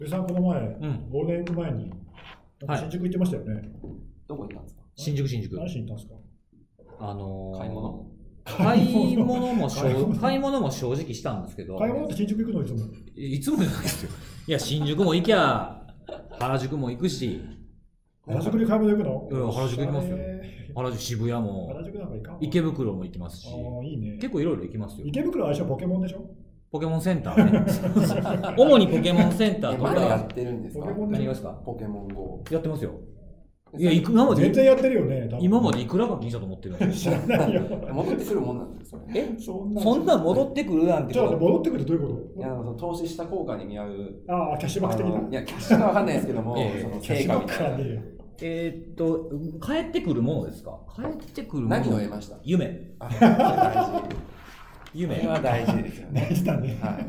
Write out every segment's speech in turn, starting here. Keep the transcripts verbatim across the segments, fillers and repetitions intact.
藤井さん、この前、 うん、 ゴールデンウィーク前に、なんか新宿行ってましたよね。はい、 どこ行ったんですか？ 新宿、新宿。 何しに行ったんですか？ あのー、 買い物買い物も正買い物も正直したんですけど。 買い物って新宿行くのいつも？ いつもじゃないですよ。いや、新宿も行きゃ、原宿も行くし。 原宿に買い物行くの？ うん、原宿行きますよ。原宿、渋谷も。 原宿なんか行かんわ。 池袋も行きますし。 ああ、いいね。 結構いろいろ行きますよ。 池袋は相性ポケモンでしょ？ ポケモンセンターね。主にポケモンセンターとか。 まだやってるんですか？ ポケモン何がですか？ ポケモン ゴー。 やってますよ。いや、今まで全然やってるよね。 今までいくら課金したと思ってるの？ 知らないよ。 戻ってくるもんなんですよ。 え、そんなそんな戻ってくるなんて。 じゃあ戻ってくるってどういうこと？ いや、その投資した効果に見合う。 ああ、キャッシュバック的な。 いや、キャッシュかわかんないですけども、その成果みたいな。 えーっと、帰ってくるものですか？帰ってくるもの。 何を得ました？ 夢。 あ、大事。 夢。 それは大事ですよね。 大事だね。 はい。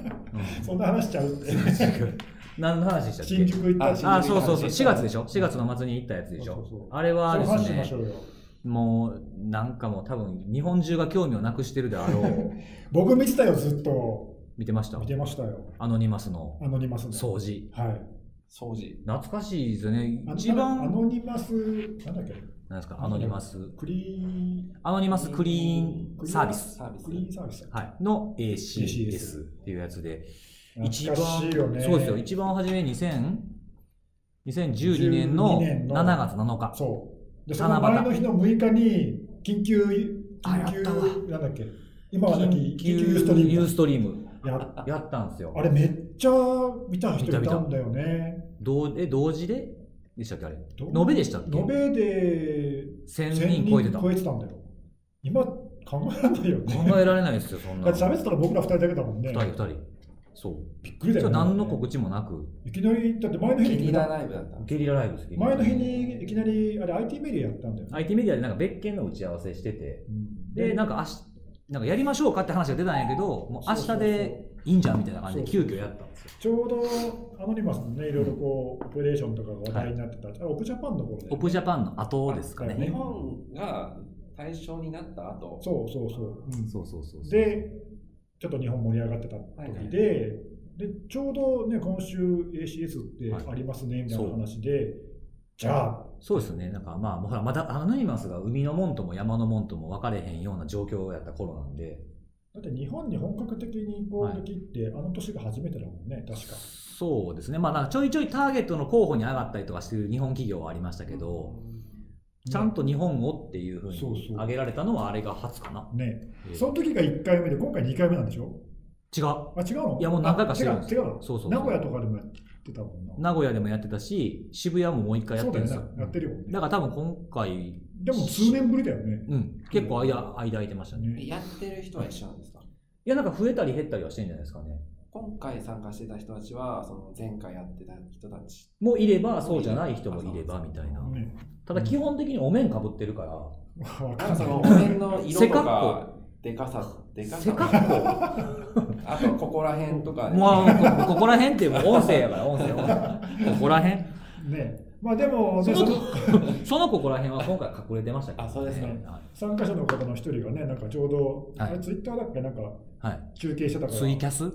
そんな話しちゃうって。 何の話でしたっけ？ 新宿行ったし。 あ、そうそうそう。しがつでしょ？しがつの末に行ったやつでしょ？そうそうそう。あれはですね、もうなんかもう多分日本中が興味をなくしてるであろう。 僕見てたよ、ずっと。 見てました？ 見てましたよ。 アノニマスの。 アノニマスの。 掃除。 はい。 掃除。 懐かしいですよね。一番。 アノニマス、なんだっけ？ 何ですか？アノニマス。 クリーン。 アノニマスクリーンサービス。 クリーンサービス。 はい。の エーシーエス っていうやつで。 一番、ね、 そうですよ。一番初めにせんじゅうにねんのしちがつなのか。 そう。で、その前の日のむいかに、緊急、緊急、なんだっけ？今はなき緊急ユーストリーム。 ユーストリーム。 や, やったんですよ。 あれめっちゃ見た人いたんだよね。 どうえ同時ででしたっけあれ？延べでしたっけ？ 延べでせんにん超えてた。 超えてたんだよ。今考えられないよね。 考えられないですよ、そんな。 だって喋ってたら僕らふたりだけだもんね。 ふたり、ふたり。そう。 びっくりだよね。 何の告知もなく。 いきなり、だって前の日に。 ゲリラライブだった。 ゲリラライブです。 前の日にいきなり、あれ アイティー メディアやったんだよ、ね。 アイティー メディアでなんか別件の打ち合わせしてて、うん、で、なんか明日、なんかやりましょうかって話が出たんやけど、もう明日でいいんじゃんみたいな感じで急遽やったんですよ。 ちょうどアノニマスのね、いろいろこう、オペレーションとかが話題になってた、はい、オプジャパンの頃で、ね。 オプジャパンの後ですかね。 日本が対象になった後。 そうそうそう。 うん、そうそうそうそう。 で、ちょっと日本盛り上がってた時で、はいはい、で、ちょうどね、今週 エーシーエス ってありますね、みたいな話で、はい、じゃあ、 そうですね、なんかまあ、ほら、またアノニマスが海の門とも山の門とも分かれへんような状況やった頃なんで。 だって日本に本格的に攻撃って、はい、あの年が初めてだもんね、確か。 そうですね、まあなんかちょいちょいターゲットの候補に上がったりとかしてる日本企業はありましたけど、うん、ちゃんと日本をっていうふうに挙げられたのはあれが初かな。 ね、えー、その時がいっかいめで、今回にかいめなんでしょ？ 違う。 あ、違うの？ いやもう何回かしてるんです。 違う。違う。 そうそうそう。 名古屋とかでもやってたもんな。 名古屋でもやってたし、渋谷ももう一回やってるんですよ。 そうだよね。やってるよね。 だから多分今回。 でも数年ぶりだよね。 うん。結構間、間空いてましたね。 やってる人は一緒なんですか？ いや、なんか増えたり減ったりはしてるんじゃないですかね。 今回参加してた人たちは、その前回やってた人たちもいれば、そうじゃない人もいればみたいな。ね、ただ基本的にお面かぶってるから。 なんかそのお面の色とか、でかさ、でかさ。 背格好あと、ここら辺とか、 ね。もう、ここら辺ってもう音声やから、音声。ここら辺ね。まあでも、 そのそのここら辺は今回隠れてましたけど、 ね。あ、そうですか。 参加者の方の一人がね、なんかちょうど、 はい、 あれツイッターだっけ、なんか、 はい、 中継してたから。 ツイキャス、 うん、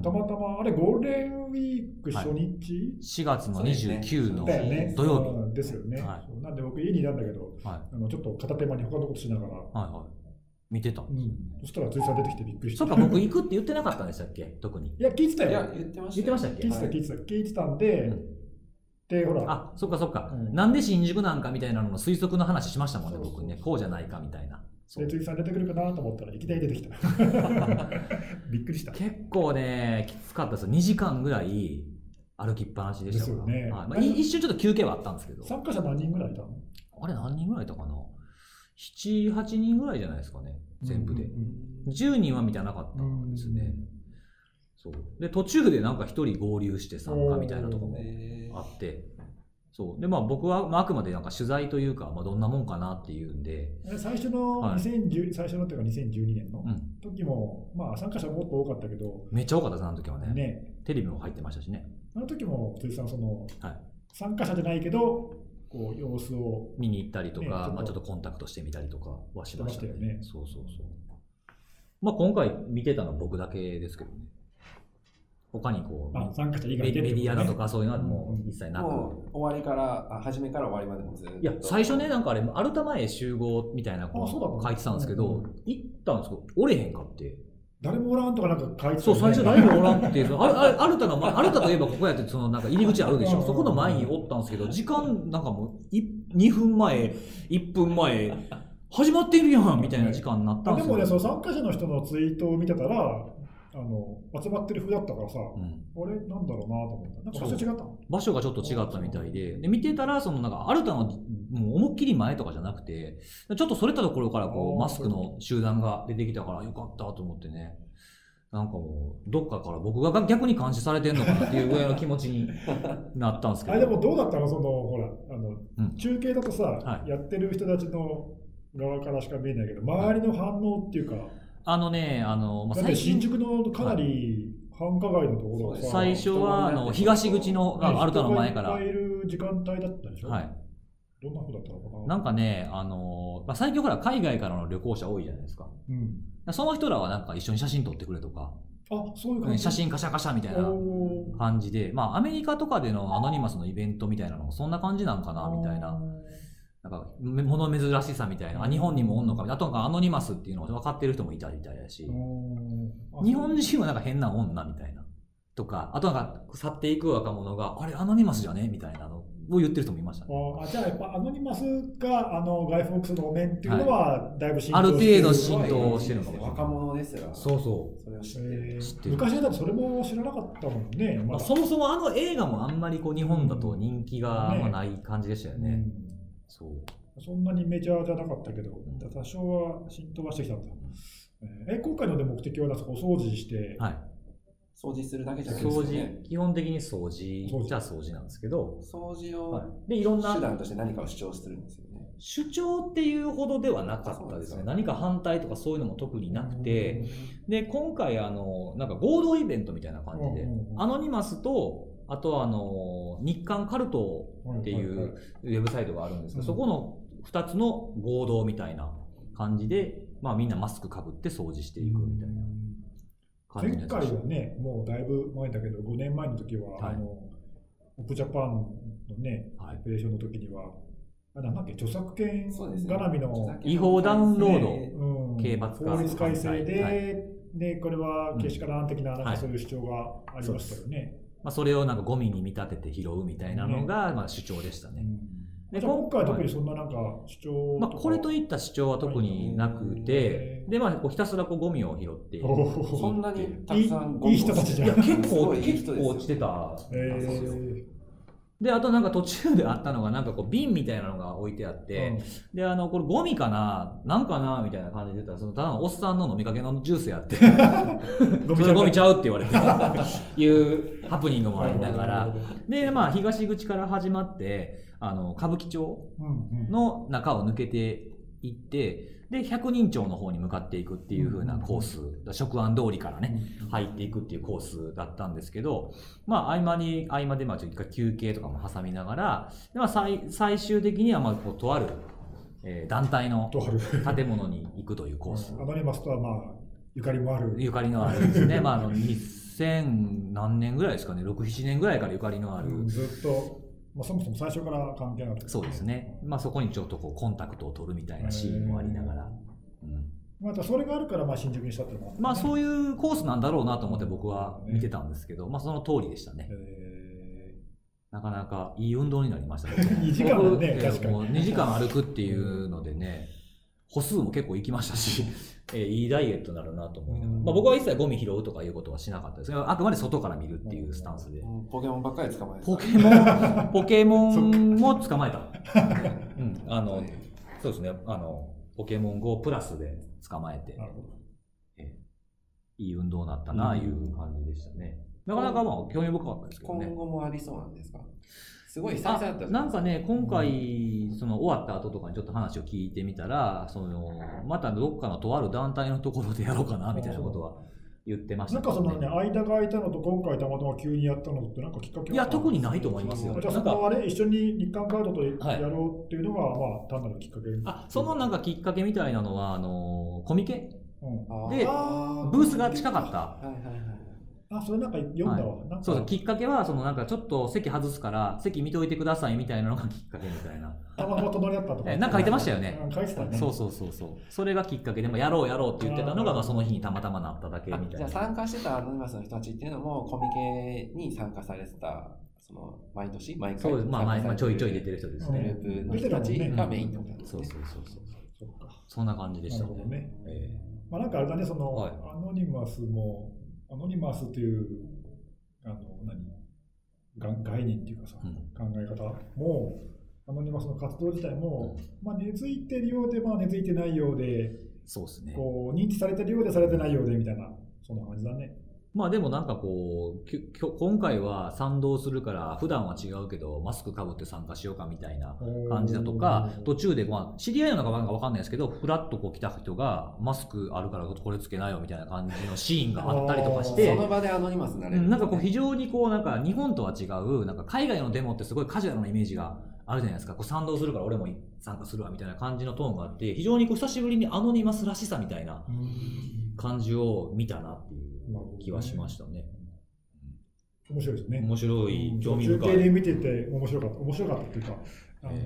たまたま、あれゴールデンウィーク初日、はい、 しがつのにじゅうくの土曜日。 ですよね。 はい、 なんで僕家にいたんだけど、はい、あのちょっと片手間に他のことしながら。 はいはい、見てた、うん、 そしたらツイッター出てきてびっくりした。 そっか、僕行くって言ってなかったんでしたっけ、特に。 いや、聞いてたよ。 いや、言ってました。 言ってましたっけ。 聞いてた、聞いてた、聞いてたんで、うん、で、ほら。 あ、そっかそっか、うん。なんで新宿なんかみたいなのの推測の話しましたもんね、僕ね。こうじゃないかみたいな。 で、ツイッター出てくるかなと思ったらいきなり出てきた。びっくりした。 結構ね、きつかったですよ。にじかんぐらい歩きっぱなしでしたから。 ですよね。 はい、まあ、一瞬ちょっと休憩はあったんですけど。 参加者何人ぐらいいたの？ あれ何人ぐらいいたかな？なな、はちにんぐらいじゃないですかね。全部で。うんうん、じゅうにんは見てなかったんですね。そうで途中でなんか一人合流して参加みたいなところもあって、そうでまあ僕はあくまでなんか取材というか、まあ、どんなもんかなっていうんで、 最初のにせんじゅう、はい、最初のっていうかにせんじゅうにねんの時も、うん、まあ参加者もっと多かったけど、 めっちゃ多かったですあの時はね。 ね、 テレビも入ってましたしね。 あの時も辻さんその、 はい、 参加者じゃないけどこう様子を見に行ったりとか、ね、ちょっとまあちょっとコンタクトしてみたりとかはしましたね。ねそうそうそう。まあ今回見てたのは僕だけですけどね。 他にこう参加者以メデ外で、 ィアだとかそういうのはもう一切なく、 もう終わりからあ初めから終わりまでもずっと。 いや最初ねなんかあれアルタ前集合みたいなこあそうだう書いてたんですけど、 うん行ったんですけどおれへんかって。 誰もおらんとかなんか書いてたよね。 そう最初誰もおらんっていうああアルタのアルタといえばここやってそのなんか入り口あるでしょ。そこの前におったんですけど時間なんかもうにふんまえいっぷんまえ始まってるやんみたいな時間になったんですよ。 でもねその参加者の人のツイートを見てたらあの集まってる風だったからさ、うん、あれなんだろうなと思った。なんか場所違ったの？ 場所がちょっと違ったみたいで、で見てたらそのなんかアルタのもう思いっきり前とかじゃなくて、ちょっとそれたところからこうマスクの集団が出てきたからよかったと思ってね。なんかもうどっかから僕が逆に監視されてんのかなっていうぐらいの気持ちになったんですけど。 あれでもどうだったのそのほらあの、うん、中継だとさ、はい、やってる人たちの側からしか見えないけど周りの反応っていうか。 あのね、あの、 まあ、だって新宿のかなり繁華街のところがさ、 最初はあの東口のアルタの前から。 人がいっぱいいる時間帯だったでしょ。 はい。 どんな風だったのかな。 なんかね、あの、まあ、最近ほら海外からの旅行者多いじゃないですか。うん、その人らはなんか一緒に写真撮ってくれとか。 あ、そういう感じ。 写真カシャカシャみたいな感じで、まあアメリカとかでのアノニマスのイベントみたいなのもそんな感じなんかなみたいな。なんか物珍しさみたいな、あ日本にもおんのかみたいな、あとなんかアノニマスっていうのを分かってる人もいたみたいだし、日本人はなんか変な女みたいなとか、あとなんか去っていく若者があれアノニマスじゃねみたいなのを言ってる人もいましたね。 あじゃあやっぱアノニマスがあのガイフォックスのお面っていうのはだいぶ浸透してる、 はい、ある程度浸透してるのかもしれない。 若者ですよ。 そうそう。 それを知ってる。 えー、昔だとそれも知らなかったもんね。 まあ、そもそもあの映画もあんまりこう日本だと人気があんまない感じでしたよね。ねうん、そう。 そんなにメジャーじゃなかったけど、多少は浸透はしてきたんだ。え、今回ので目的はお掃除して、 はい、 掃除するだけじゃないですよね。 掃除、基本的に掃除じゃ掃除なんですけど、 掃除を、はい、 でいろんな手段として何かを主張するんですよね。 主張っていうほどではなかったですね。何か反対とかそういうのも特になくて、で今回あのなんか合同イベントみたいな感じで、アノニマスとあとはあの日刊カルトっていうウェブサイトがあるんですけど、そこのふたつの合同みたいな感じで、まあ、みんなマスクかぶって掃除していくみたいな感じです。前回はね、もうだいぶ前だけど、ごねんまえの時は、はい、あのオプジャパンのね、はい、オペレーションの時には、なんだっけ、著作権絡みの、 ね、違法ダウンロード、刑罰法律改正で、はい、でこれはけしからん的な、なんかそういう主張がありましたよね。はい、 まあ、それをなんかゴミに見立てて拾うみたいなのが、ねまあ、主張でしたね。うんで今回は特にそんななんか主張とか、 まあ、これといった主張は特になくて、で、まあ、こうひたすらこうゴミを拾って、 そんなにたくさんゴミをいい人たちじゃん。 いや、結構、結構落ちてた。えーで、あとなんか途中であったのが、なんかこう瓶みたいなのが置いてあって、うん、で、あの、これゴミかななんかなみたいな感じで言ったら、そのただのおっさんの飲みかけのジュースやって、ゴミちゃうゴミちゃうって言われて、いうハプニングもありながら、で、まあ、東口から始まって、あの、歌舞伎町の中を抜けていって、で、百人町の方に向かっていくっていう風なコース、食安通りからね、入っていくっていうコースだったんですけど、まあ、合間に、合間で、まあ、ちょっと一回休憩とかも挟みながら、でまあ、最、最終的には、まあ、こう、とある、えー、団体の建物に行くというコース。 アノニマスとは、まあ、ゆかりもある。 ゆかりのあるですね。まあ、あの、にせん何年ぐらいですかね、ろく、ななねんぐらいからゆかりのある。 うん、ずっと。まあ、そもそも最初から関係ある、ね、 そうですね、まあ、そこにちょっとこうコンタクトを取るみたいなシーンもありながら、うん、 またそれがあるからまあ新宿にしたっていうのもある、ね、 まあそういうコースなんだろうなと思って僕は見てたんですけど、まあその通りでしたね。なかなかいい運動になりましたね。 にじかんね、確かに。 もうにじかん歩くっていうのでね、歩数も結構行きましたし、えー、いいダイエットになるなと思いながら、まあ、僕は一切ゴミ拾うとかいうことはしなかったですけど、あくまで外から見るっていうスタンスで。 うん、ポケモンばっかり捕まえた。 ポケモン、ポケモンも捕まえた。うん、あの、そうですね、あの、ポケモン ゴー プラスで捕まえて、えー、いい運動になったな、いう感じでしたね。なかなかまあ興味深かったですけどね。 今後もありそうなんですか？すごい久々だった。 なんかね、今回、その終わった後とかにちょっと話を聞いてみたら、そのまたどっかのとある団体のところでやろうかなみたいなことは言ってました、ね。 なんかそのね、間が空いたのと今回たまたま急にやったのってなんかきっかけは？ いや、特にないと思いますよ。 じゃあそのあれ、一緒に日韓カードとやろうっていうのが、はい、まあ単なるきっかけ。 あ、そのなんかきっかけみたいなのは、あのコミケ、うん、でブースが近かった。はいはいはいあ、それなんか読んだわ。はい、なんかそうそう、きっかけは、そのなんかちょっと席外すから、席見といてくださいみたいなのがきっかけみたいな。 たまたま隣だったとか。 なんか書いてましたよね。 書いてたね。 そうそうそうそう。それがきっかけで、まあ、やろうやろうって言ってたのが、まあその日にたまたまなっただけみたいな。 じゃあ参加してたアノニマスの人たちっていうのも、コミケに参加されてた、その毎年、毎回。 そうです。まあ、まあ、ちょいちょい出てる人ですね。 グループの人たちがメインってことなんですね。 そうそうそうそう。そんな感じでしたね。 ね。えー、まあなんかあれだね、その、はい、アノニマスも、アノニマスっていう、あの、何概念っていうかさ、うん、考え方も、アノニマスの活動自体も、うん、まあ根付いてるようで、まあ根付いてないようで、 そうですね。 こう、認知されてるようでされてないようで、みたいな、そんな感じだね。 まあでもなんかこう、き今回は賛同するから普段は違うけどマスクかぶって参加しようかみたいな感じだとか、途中でまあ知り合いなのかわかんないですけど、フラッとこう来た人がマスクあるからこれつけないよみたいな感じのシーンがあったりとかして、 その場でアノニマスになれる、ね、 なんかこう非常にこうなんか日本とは違う、なんか海外のデモってすごいカジュアルなイメージがあるじゃないですか。こう賛同するから俺も参加するわみたいな感じのトーンがあって、非常にこう久しぶりにアノニマスらしさみたいな感じを見たなっていう気はしましたね。 面白いですね。 面白い、興味深い。 中継で見てて面白かった。面白かったっていうか。えーうんうん、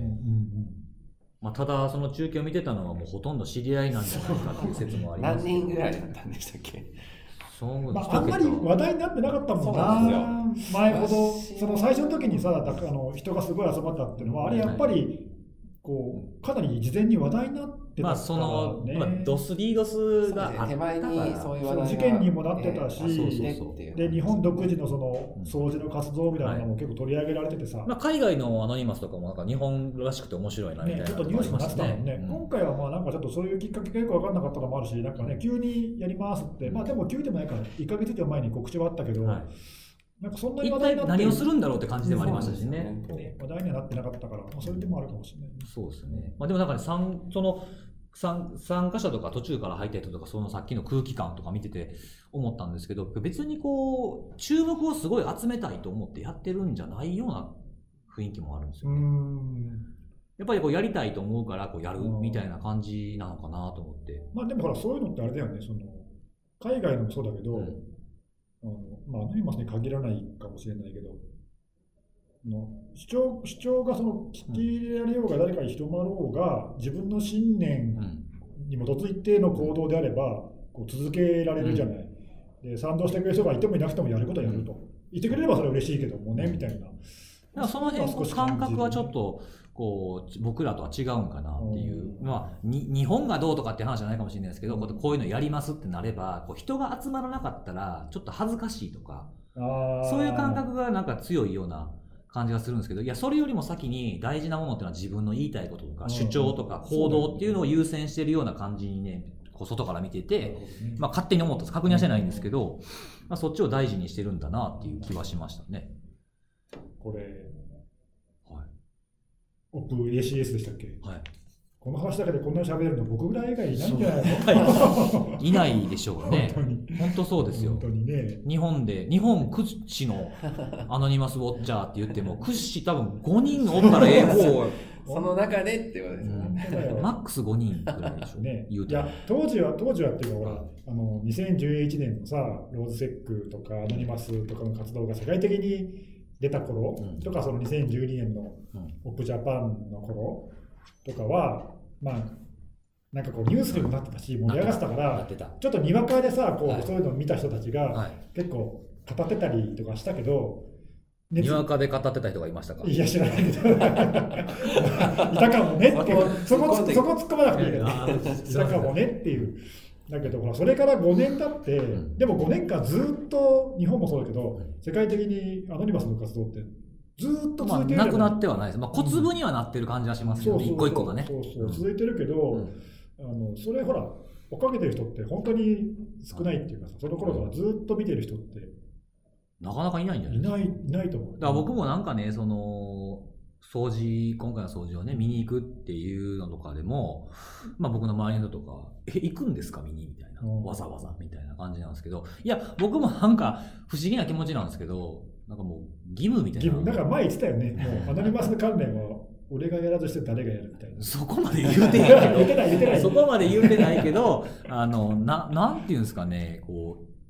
まあ、ただ、その中継を見てたのはもうほとんど知り合いなんじゃないかっていう説もあります。 何人ぐらいだったんでしたっけ？ そうまあ、あんまり話題になってなかったもんな。前ほど、その最初の時にさ、あの人がすごい集まったっていうのは、あれやっぱり、こうかなり事前に話題になってたから、ね、まあその、 まあ、ドスリードスがあったから、 手前にそういう話題が事件にもなってたし、えー、で日本独自のその掃除の活動みたいなのも結構取り上げられててさ、はい、 まあ、海外のアノニマスとかもなんか日本らしくて面白いなみたいな、 ね、ちょっとニュースになってたもんね、うん、今回はまあなんかちょっとそういうきっかけがよく分かんなかったのもあるし、なんかね急にやりますって、まあでも急でもないからいっかげつ以上前に告知はあったけど、はい、なんかそんなに話題になって何をするんだろうって感じでもありましたしね。 話題にはなってなかったから、まあ、そういう手もあるかもしれない。 そうですね。まあ、でもなんかね、その参, 参加者とか途中から入った人とか、そのさっきの空気感とか見てて思ったんですけど、別にこう注目をすごい集めたいと思ってやってるんじゃないような雰囲気もあるんですよね。うーん、やっぱりこうやりたいと思うからこうやるみたいな感じなのかなと思って。 まあでもほらそういうのってあれだよね。その海外のもそうだけど。うん、あのまあ、アノニマスに限らないかもしれないけど、の主張、主張がその聞き入れられようが誰かに広まろうが、自分の信念に基づいての行動であればこう続けられるじゃない、うん、で賛同してくれる人がいてもいなくてもやることはやると、言ってくれればそれは嬉しいけどもねみたいな。 だからその辺の感覚はちょっとこう僕らとは違うんかなっていう、うん、まあに日本がどうとかっていう話じゃないかもしれないですけど、うん、こういうのやりますってなればこう人が集まらなかったらちょっと恥ずかしいとか、そういう感覚がなんか強いような感じがするんですけど、いやそれよりも先に大事なものっていうのは自分の言いたいこととか主張とか行動っていうのを優先しているような感じにね、こう外から見てて、まあ、勝手に思ったんです。確認はしてないんですけど、まあ、そっちを大事にしてるんだなっていう気はしましたね。 これ、はい、オープン エーシーエス でしたっけ、はい、この話だけでこんなに喋れるの僕ぐらい以外いないんじゃないの？ いないでしょうね。 本当に本当そうですよ。 本当にね。 日本で日本屈指のアノニマスウォッチャーって言っても屈指多分ごにんおったらええ方その中でってことですね。 うん、マックスごにんぐらいでしょうね。言うて。 いや当時は当時はっていうかほらあのにせんじゅういちねんのさローズセックとかアノニマスとかの活動が世界的に出た頃、うん、とかそのにせんじゅうにねんのオープジャパンの頃とかはまあなんかこうニュースにもなってたし盛り上がってたからちょっとにわかでさこう、はい、そういうのを見た人たちが結構語ってたりとかしたけど、 にわかで語ってた人がいましたか？ いや知らないけどいたかもねっていうそこそこ突っ込まなくていいけど、ね、いたかもねっていうだけどほらそれからごねん経って、うん、でもごねんかんずっと日本もそうだけど世界的にアノニマスの活動ってずっと続いてる、 まあ、なくなってはないです。まあ、小粒にはなってる感じはしますよね、一個一個がね。 そうそう続いてるけど、うん、あのそれほら追っかけてる人って本当に少ないっていうかさ、その頃からずっと見てる人ってなかなかいないんじゃないですか。 いない、いないと思う。 だから僕もなんかね、その掃除今回の掃除をね見に行くっていうのとかでも、まあ、僕の周りの人とかえ行くんですか見にみたいな、わざわざみたいな感じなんですけど、いや僕もなんか不思議な気持ちなんですけど、なんかもう義務みたいな。義務。 だから前言ってたよね。もうアノニマスの関連は俺がやらずして誰がやるみたいな。 そこまで言うてないけど。 言ってない言ってない。 そこまで言うてないけど、あのななんていうんですかね、こう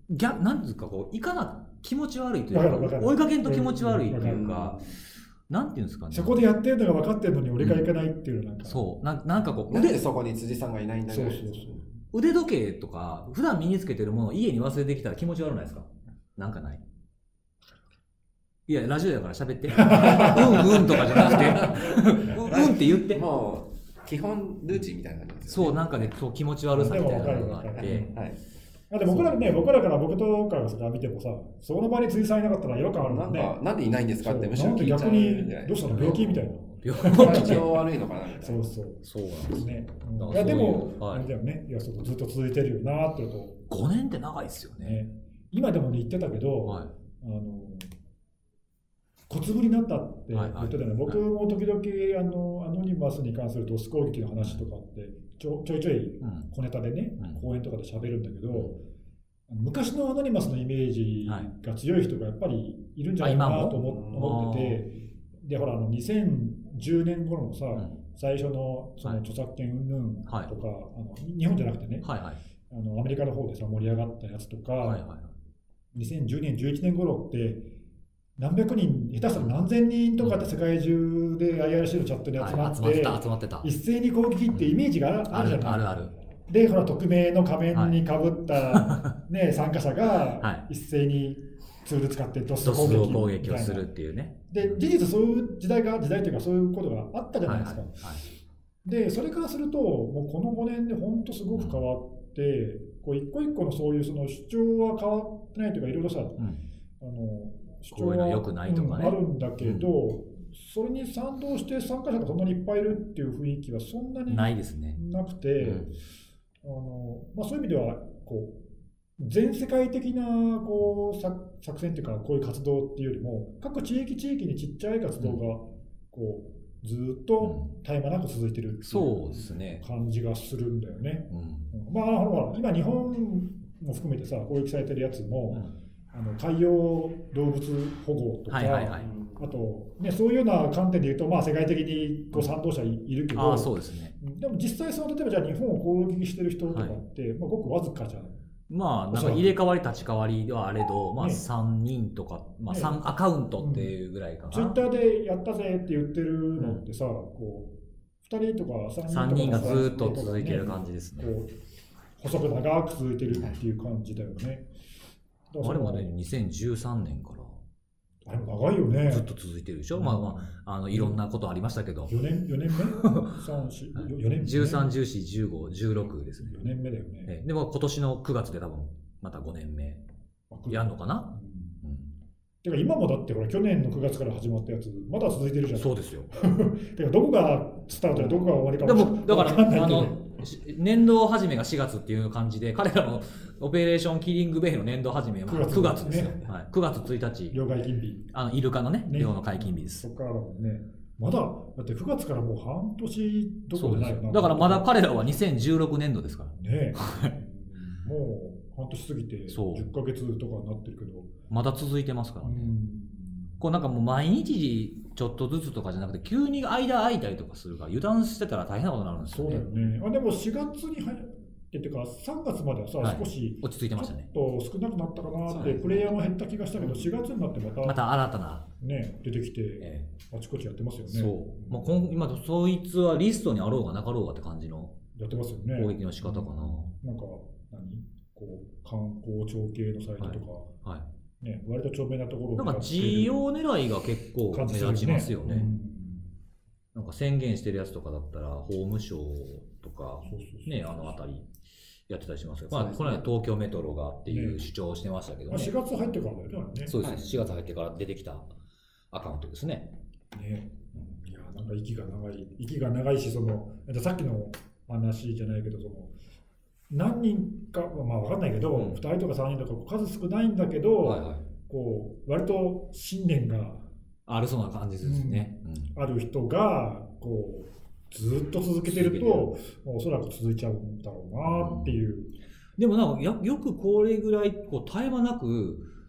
逆なんていうかこういかな気持ち悪いというかわかるわかる追いかけんと気持ち悪いといううんわか、なんていうんですかね。 そこでやってるのが分かってるのに俺が行かないっていうのなんか、 そうななんかこうなんで腕そこに辻さんがいないんだそうね。 そうそう腕時計とか普段身につけてるものを家に忘れてきたら気持ち悪ないですか？なんかない？いやラジオだから喋ってうんうんとかじゃなくてうんうんって言ってもう基本ルーチンみたいな感じですよね。 そうなんかねそう気持ち悪さみたいなのがあっでもわかるてはい。 あで僕らね、僕らから僕とかが見てもさ、その場に辻さんいなかったら違和感あるもんね。 なんか、なんでいないんですかってむしろなんで聞いちゃう逆にぐらい。 どうしたの病気みたいな。 病体調悪いのかなみたいな。 そうそう。 そうなんですね。 だからいやでも、 そういうはいあれだよね。いやそうずっと続いてるよなってことをごねんって長いですよね。 ね。今でもね言ってたけど、 はい。 あの小粒になったって言ってたよね。 はいはい僕も時々あのアノニマスに関するドス攻撃の話とかってちょちょいちょいうん小ネタでね、 うん講演とかで喋るんだけど、昔のアノニマスのイメージが強い人がやっぱりいるんじゃないかなと思思ってて、でほらあのにせんじゅうねん頃のさ、 うん最初のその著作権云々とか、 はいあの日本じゃなくてね、 はいはいあのアメリカの方でさ盛り上がったやつとか、 はいはいにせんじゅうねんじゅういちねん頃って何百人下手したら何千人とかって世界中で アイアールシー のチャットに集まって、 はい、集まってた集まってた一斉に攻撃ってイメージがある,、あるじゃないあるあるでほら匿名の仮面にかぶった、ね参加者はが一斉にツール使ってドスドス攻撃みたいな攻撃をするっていうね。 で事実そういう時代が時代というかそういうことがあったじゃないですか、 はいはいはいでそれからするともうこのごねんで本当すごく変わってこう一個一個のそういうその主張は変わってないというかいろいろさ、 うんあの主こういうの良くないとかねうんあるんだけど、それに賛同して参加者がそんなにいっぱいいるっていう雰囲気はそんなにないですね。 なくて、 うんあのまあ、そういう意味ではこう全世界的なこう作作戦というかこういう活動っていうよりも各地域地域にちっちゃい活動がこうずっと絶え間なく続いてるっていそうですね。 感じがするんだよね。 うんうんまあ、ほら今日本も含めてさ攻撃されてるやつも、 うんあの海洋動物保護とか、 はいはいはい。 あと、ね、そういうような観点で言うと、まあ、世界的にこう賛同者いいるけど、 ああそうですね。 でも実際その例えばじゃあ日本を攻撃してる人とかって、まあ、ごくわずかじゃん。 まあなんか入れ替わり立ち替わりはあれど、まあねさんにんとか、まあねさんアカウントっていうぐらいかな。 ツイッターでやったぜって言ってるのってさ、こうふたりとかさんにんとかさんにんがずっと続いてるじ感じですね。 こう細く長く続いてるっていう感じだよね。だからそのあれもね、にせんじゅうさんねんからあれも長いよね。 ずっと続いてるでしょ。まあまあ、あのいろんなことありましたけど。 よねん、よねんめ ?さん、よ、よねんめ、 じゅうさん、じゅうよん、じゅうご、じゅうろくですね。 よねんめだよね。 ええでも今年のくがつで多分またごねんめやんのかな。 うんうんてか今もだってほら去年のくがつから始まったやつまだ続いてるじゃん。 そうですよ。 てかどこがスタートでどこが終わりかでもだからわかんないあけどのし年度始めがしがつっていう感じで、彼らのオペレーションキリングベイの年度始めはくがつくがつですよ。 ねはい、くがつついたち、 両替金日。 あのイルカのね、 ね漁の解禁日です。 そこからだもんね。まだ、だってくがつからもう半年どこそうですろじゃないよな。 よだからまだ彼らはにせんじゅうろくねんどですから。 ねえ。もう半年過ぎてじそうゅっかげつとかになってるけど。 まだ続いてますからね。 うんこうなんかもう毎日ちょっとずつとかじゃなくて、急に間空いたりとかするから、油断してたら大変なことになるんですよそうだよね。 ね。あでもしがつに入ってっていうかさんがつまではさ、 はい少し落ち着いてましたね。 ちょっと少なくなったかなって、 そうですねプレイヤーも減った気がしたけど、しがつになってまた,、 また新たな、 ね、出てきて、 えあちこちやってますよね。 えそう。まあ、今今、そいつはリストにあろうがなかろうがって感じのやってますよね。 攻撃の仕方かな。 なんか、何こう観光庁系のサイトとか、 はい。 ね、割と著名なところをなんか需要狙いが結構目立ちますよね。なんか宣言してるやつとかだったら、法務省とか、 そうそうそうね、あのあたりやってたりしますけど、まあ、 そうですねこの間東京メトロがっていう主張をしてましたけどまあ、 ね。 しがつ入ってからだよね。 そうです、 はいしがつ入ってから出てきたアカウントですね。 ねいや、なんか息が長い、息が長いし、そのさっきの話じゃないけど、その何人か、まあ分かんないけど、 うんふたりとかさんにんとか数少ないんだけど、 はいはい。 こう割と信念があるそうな感じですね。うんある人がこうずっと続けてると、もうおそらく続いちゃうんだろうなっていう。 でもなんかやよくこれぐらいこう絶え間なく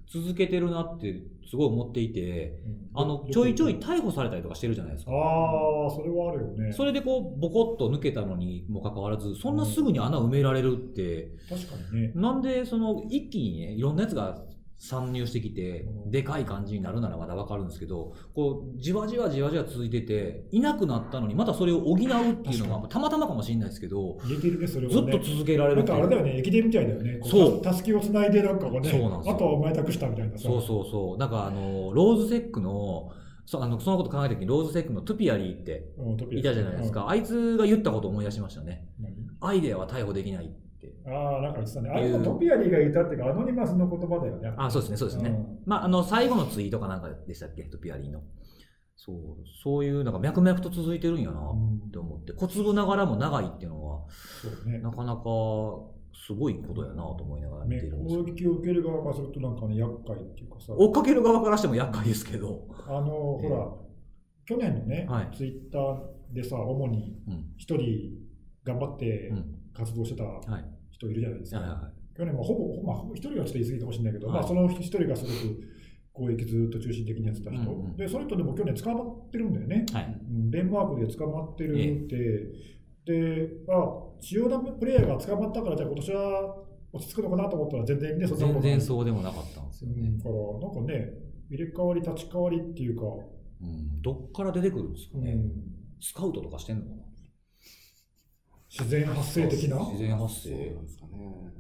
続けてるなってすごい思っていて、 うん、 あのちょいちょい逮捕されたりとかしてるじゃないですか。 ああ、それはあるよね。 それでこうボコッと抜けたのにもかかわらず、そんなすぐに穴埋められるって、 うん、確かにね。 なんでその一気にねいろんなやつが参入してきてでかい感じになるならまだわかるんですけど、こうじわじわじわじわ続いてて、いなくなったのにまたそれを補うっていうのがたまたまかもしれないですけど、 言えてるね、それはね、 ずっと続けられるっていう。 なんかあれだよね、駅伝みたいだよね。 そうたすきをつないでなんかがね、 そうなんですよ。 あとはお前託したみたいなさ。 そうそうそう。なんかあのローズセックのそあのそのこと考えた時にローズセックのトゥピアリーっていたじゃないですか。うん、あいつが言ったことを思い出しましたね。アイデアは逮捕できない。 ああ、なんか言ってたね。あれもトピアリーが言ったっていうか、アノニマスの言葉だよね。 あ、そうですね、そうですね。うん、まあ、あの、最後のツイートかなんかでしたっけ、トピアリーの。そう、そういう、なんか脈々と続いてるんやなって思って、小粒ながらも長いっていうのは、そうね、なかなかすごいことやなと思いながら見てるんですよ。 攻撃を受ける側からすると、なんかね、厄介っていうかさ。 追っかける側からしても厄介ですけど。 あの、ほら、去年のね、はい、ツイッターでさ、主に一人頑張って活動してた、うんはい、人いるじゃないですか。はいはい、去年もほぼ、まあ、一人はちょっと言い過ぎてほしいんだけど、はい、まあ、その一人がすごく攻撃ずっと中心的にやってた人、うんうん、でその人でも去年捕まってるんだよね、はい、デンマークで捕まってるって、えー、で、あ、主要なプレイヤーが捕まったから、じゃあ今年は落ち着くのかなと思ったら、全然ね、 そんなことない。全然そうでもなかったんですよね。 だから、なんかね、入れ替わり、立ち替わりっていうか、 うん、どっから出てくるんですかね、うん、スカウトとかしてんのかな。 自然発生的な自然発生ですかね。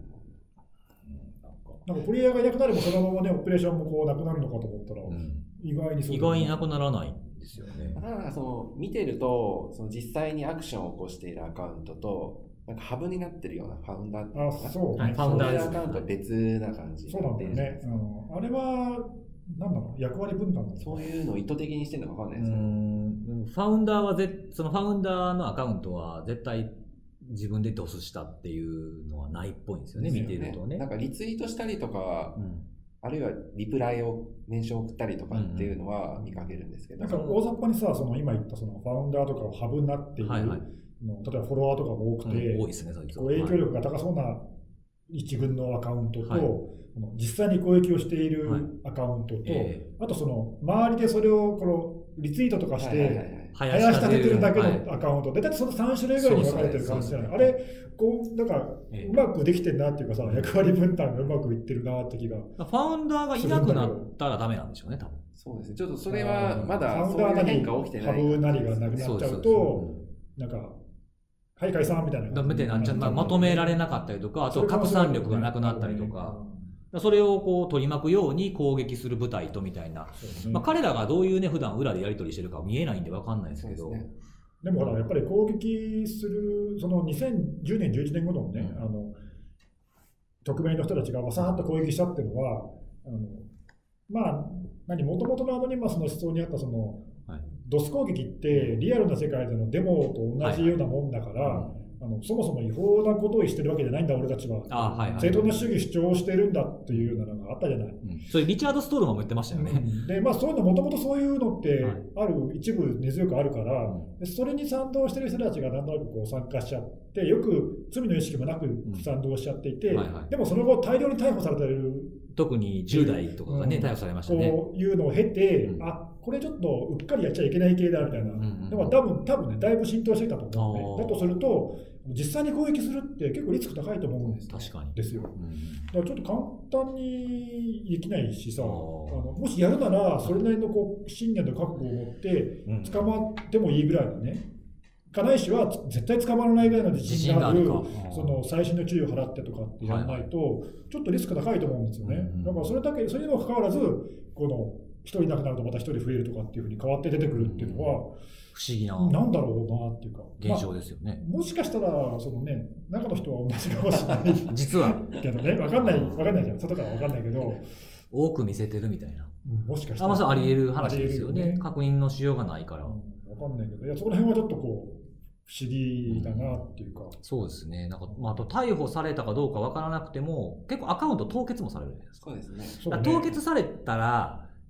なんかプレイヤーがいなくなればそのままね、オペレーションもこうなくなるのかと思ったら、うん、意外にそう意外になくならないんですよね。 だからその見てると、その実際にアクションを起こしているアカウントと、なんかハブになってるようなファウンダーっていうのかな。あ、そう、 はい、ファウンダーです、 ね。アカウントは別な感じ。 そうなんだよね。うん、あれはなんだろう、役割分担だ、 そういうのを意図的にしてるのかわかんないですけど、 うんファウンダーはぜそのファウンダーのアカウントは絶対自分でドスしたっていうのはないっぽいんですよね、見てるとね。 なんかリツイートしたりとか、うん、あるいはリプライをメンション送ったりとかっていうのは見かけるんですけど、 なんか大雑把にさ、その今言ったそのファウンダーとかをハブになっている、はいはい、の例えばフォロワーとかが多くて、うん、多いですね、そういうこう影響力が高そうな一軍のアカウントと、はい、実際に攻撃をしているアカウントと、はいえー、あとその周りでそれをこのリツイートとかして、はいはいはい、はやし立ててるだけのアカウントで、だってそのさん種類ぐらいに分かれてる感じじゃない。あれ、こう、なんか、うまくできてるなっていうかさ、役割分担がうまくいってるなって気が。 ファウンダーがいなくなったらダメなんでしょうね、多分。 そうですね。ちょっとそれはまだそういう変化起きてない。 ハブなりがなくなっちゃうと、なんか、はい、解散みたいな。 ダメでなっちゃった。まとめられなかったりとか、あと拡散力がなくなったりとか。それをこう取り巻くように攻撃する部隊とみたいな、ね、まあ、彼らがどういうね普段裏でやり取りしてるか見えないんで分かんないですけど、 で, ね、でもほらやっぱり攻撃するそのにせんじゅうねんじゅういちねんごのね、うん、あの匿名の人たちがわさーっと攻撃したっていうのは、あのまあ何もともとのアノニマスの思想にあったその、はい、ドス攻撃ってリアルな世界でのデモと同じようなもんだから、はいはい、あのそもそも違法なことをしてるわけじゃないんだ俺たちは、はいはい、正当な主義主張をしてるんだっていうようなのがあったじゃない、うん、 それリチャード・ストールマンも言ってましたよね、うん、 でまあそういうのもともとそういうのってある、はい、一部根強くあるから、うん、でそれに賛同してる人たちがなんとなくこう参加しちゃってよく罪の意識もなく賛同しちゃっていて、うんはいはい、でもその後大量に逮捕されてる特にじゅう代とかがね、うん、逮捕されましたね。 こういうのを経て、うん、あこれちょっとうっかりやっちゃいけない系だみたいな、うんうん、でも多分多分ねだいぶ浸透してきたと思うので、だとすると実際に攻撃するって結構リスク高いと思うんです、ね、 確かにですよ、うん、だからちょっと簡単にできないしさ、あのもしやるならそれなりのこう信念の覚悟を持って捕まってもいいぐらいのね、かないしは絶対捕まらないぐらいの自信がある、その細心の注意を払ってとかってやらないと、はい、ちょっとリスク高いと思うんですよね、うんうん、だからそれだけそれにもかかわらずこの一人いなくなるとまた一人増えるとかっていうふうに変わって出てくるっていうのは、うん、不思議ななんだろうなっていうか現象ですよね、 まあ、もしかしたらそのね中の人は同じかもしれない実はけどね分かんない分かんないじゃん外から分かんないけど多く見せてるみたいな、 うん、もしかしたらあ、まあ、あり得る話ですよね、確認のしようがないから、うん、 分かんないけどいやそこら辺はちょっとこう不思議だなっていうか、うん、 そうですね。なんか、まあ、あと逮捕されたかどうかわからなくても結構アカウント凍結もされるじゃないですか。 そうですね。 だから凍結されたら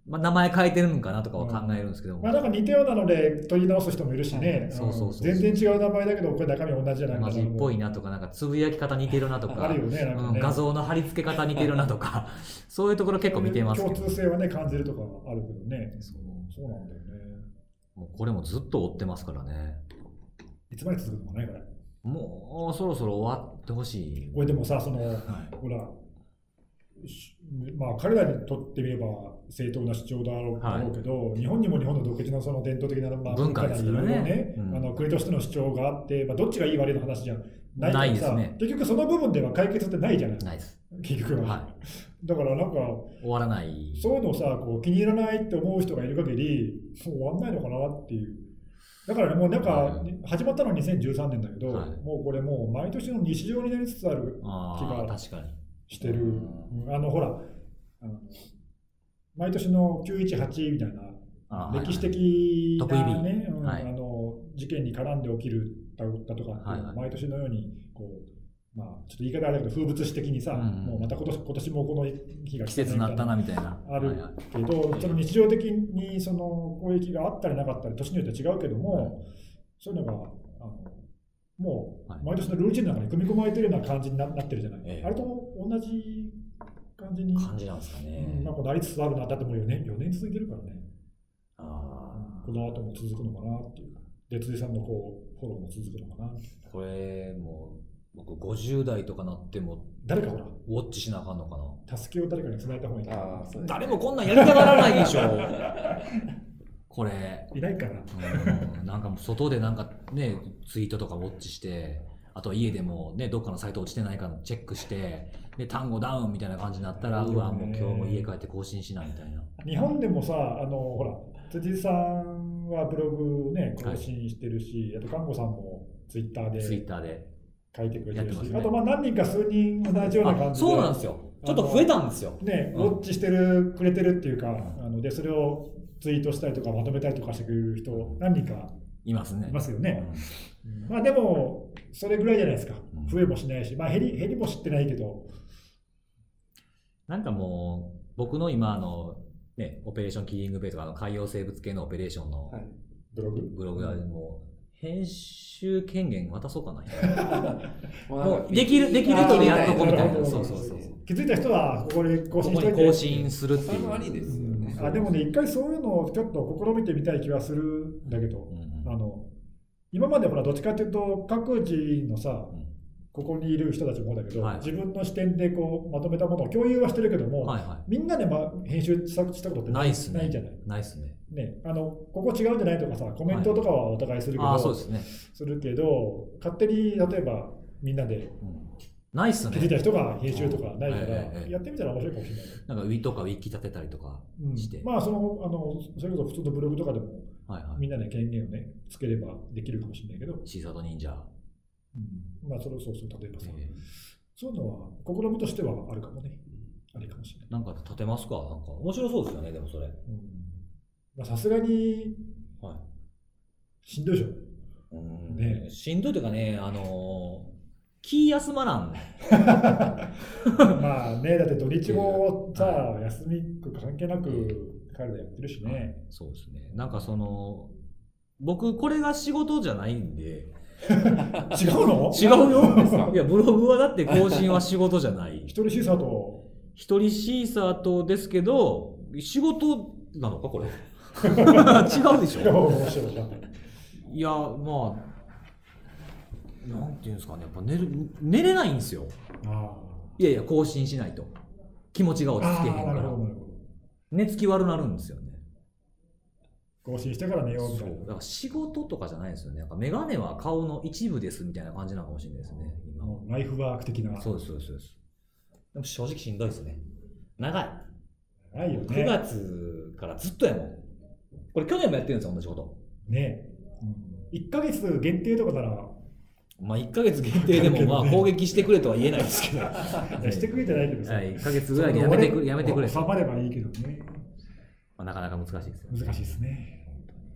まあ、名前変えてるのかなとかは考えるんですけども、 うん、まあ、なんか似たようなので取り直す人もいるしね、全然違う名前だけどこれ中身同じじゃないかな、 同じっぽいなとか、なんかつぶやき方似てるなとか、 あるよね、なんかね、 うん、画像の貼り付け方似てるなとかそういうところ結構見てますけど、 共通性はね感じるとかあるけどね。そう、そうなんだよね。もうこれもずっと追ってますからね。 いつまで続くのかねこれ。 もうそろそろ終わってほしい。 これでもさ、その、はい、ほら、まあ、彼らにとってみれば正当な主張だろうけど、はい、日本にも日本の独自のその伝統的な、まあ、 文化ですからね、ね、 うん、あの国としての主張があって、まあ、どっちがいい悪いの話じゃないからさ、 ないですね、 結局その部分では解決ってないじゃない。 ないです。 結局は、はい、だからなんか終わらない。 そういうのをさ、こう気に入らないって思う人がいる限りもう終わんないのかなっていう。だからね、もうなんか始まったのはにせんじゅうさんねんだけど、はい、もうこれもう毎年の日常になりつつある気がしてる。うん、あのほらあの毎年のきゅういちはちみたいな歴史的な、ね、うん、はい、あの事件に絡んで起きるだとかっていうのは毎年のようにこう、まあ、ちょっと言い方あれだけど風物詩的にさ、うん、もうまた今年、今年もこの日が季節になったなみたいなあるけど、はいはい、その日常的にその攻撃があったりなかったり年によって違うけども、はい、そういうのがあのもう毎年のルーチンの中に組み込まれてるような感じになってるじゃない、ええ、あれと同じ感じに感じなんですかね、 うん、なんかなりつつあるな。だってもうよねん、よねん続いてるからね。あ、この後も続くのかなっていう。で、辻さんのこうフォローも続くのかな。 これもう僕ごじゅう代とかなっても誰かほらウォッチしなあかんのかな。 助けを誰かに繋いだ方がいい。 あ、そうですね、 誰もこんなんやりたがらないでしょこれいないかな。 うん、なんかもう外でなんかねツイートとかウォッチして、あとは家でもねどっかのサイト落ちてないかチェックして、で単語ダウンみたいな感じになったら、うわもう今日も家帰って更新しないみたいな。 日本でもさ、あのほら辻さんはブログね更新してるし、はい、あと看護さんもツイッターでツイッターで書いてくれてるし、ね、あとまあ何人か数人同じような感じで、 そうなんですよ、ちょっと増えたんですよね、ウォッチしてるくれてるっていうか、あのでそれをツイートしたりとかまとめたりとかしてくれる人何人かいますね。 いますよね。うん、まあでもそれぐらいじゃないですか。増えもしないし、まあ減り減りも知ってないけど、 なんかもう僕の今のねオペレーションキリングベイとかの海洋生物系のオペレーションのブログブログはもう編集権限渡そうかな。もうできるできる人でやっとこうみたいな。そうそうそう。 気づいた人はここで更新しといて。 ここに更新するっていう。 ありですよね。 あでもね、一回そういうのをちょっと試みてみたい気はするんだけど、うんうん、あの今までほらどっちかっていうと各自のさ、うん、ここにいる人たちもだけど、はい、自分の視点でこうまとめたものを共有はしてるけども、はいはい、みんなで、ま、編集したことってないじゃない。 ないっすね。 ね、あのここ違うんじゃないとかさ、コメントとかはお互いするけど、 はい、そうですね、 するけど勝手に例えばみんなで、うん、 ないっすね。 気づいた人が編集とかないから、うん、やってみたら面白いかもしれない。 なんかウィとかウィキ立てたりとかして、 うん、まあそのあのそれこそ普通のブログとかでも、はいはい、みんなで権限をねつければできるかもしれないけど、 シーサード忍者、 うん、まあそれそうそう例えばさ、えー、そういうのは試みとしてはあるかもね、あれかもしれない。 なんか立てますか、なんか面白そうですよね。でもそれ、 さすがにしんどいでしょ、 うんね、しんどいというかね、あのー気休まらんまあね、だって土日もさ、はい、休み関係なく彼らやってるしね。 そうですね。なんかその僕これが仕事じゃないんで違うの？ 違うよ。いやブログはだって更新は仕事じゃない。 一人シーサーと一人シーサーとですけど仕事なのかこれ？違うでしょ。いやまあ。なんていうんですかね、やっぱ寝る寝れないんですよ。あいやいや更新しないと気持ちが落ち着けへんから寝つき悪なるんですよね。 更新してから寝ようみたいな。 そうだから仕事とかじゃないですよね。なんかメガネは顔の一部ですみたいな感じなのかもしれないですね。今はライフワーク的な。 そうですそうですそうです。でも正直しんどいですね。長い。 長いよね。 くがつからずっとやもん。これ去年もやってるんですよ同じこと。 ねえ。うん、いっかげつ限定とかなら。 まあいっかげつ限定でもまあ攻撃してくれとは言えないですけどしてくれてないけどさ、 はい、いっかげつぐらいでやめてくれやめてくれ収まればいいけどね、 まあ、なかなか難しいですよね。 難しいですね。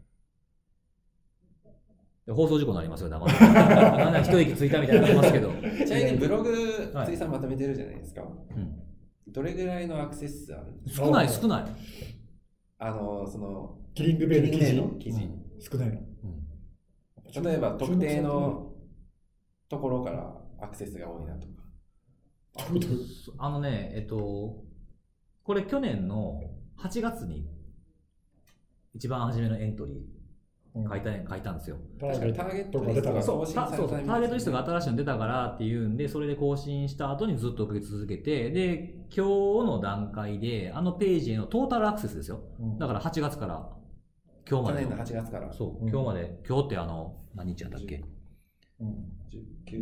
放送事故になりますよ、黙ってなんか一息ついたみたいになりますけどちなみにブログ辻さんまとめてるじゃないですか、はい、うん、どれぐらいのアクセス数あるんですか？ 少ない少ないあのそのキリングベイの記事の記事、 うん、少ないの、 うん、例えば特定のところからアクセスが多いなとか。 あのねえっとこれ去年のはちがつに一番初めのエントリー書いた、うん、書いたんですよ。 確かにターゲットリストが更新された、 そうそう、ターゲットリストが新しいの出たからっていうんで、それで更新した後にずっと受け続けて、で今日の段階であのページへのトータルアクセスですよ、うん、だからはちがつから今日まで、 去年のはちがつからそう、うん、今日まで、今日ってあの何日やったっけ、 うん、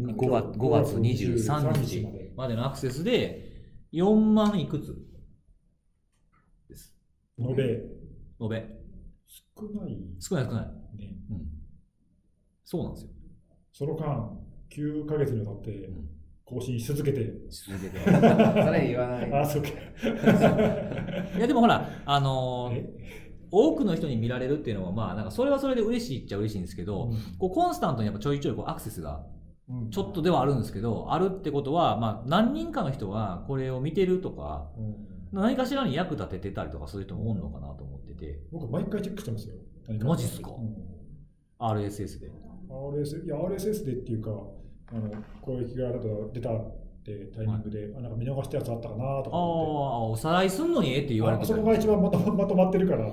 ごがつ、ごがつにじゅうさんにちまでのアクセスでよんまんいくつです。 延べ。 延べ。 少ない。 少ない少ない。 ね、 うん。そうなんですよ。 その間、きゅうかげつにわたって更新し続けて。 うん、し続けて。 それ言わない。 あ、そうか。 いやでもほら、あのー、多くの人に見られるっていうのは、まあ、なんかそれはそれで嬉しいっちゃ嬉しいんですけど、うん、こうコンスタントにやっぱちょいちょいこうアクセスがちょっとではあるんですけど、うん、あるってことは、まあ、何人かの人はこれを見てるとか、うん、何かしらに役立ててたりとかそういう人もおんのかなと思ってて。 僕毎回チェックしてますよ。 マジっすか、うん、アールエスエス で。 アールエスエス、いや アールエスエス でっていうか、あの攻撃が出たってタイミングで、はい、あなんか見逃したやつあったかなとか思って。ああ、おさらいすんのにえって言われてた。 そこが一番まとまとまってるから、うん、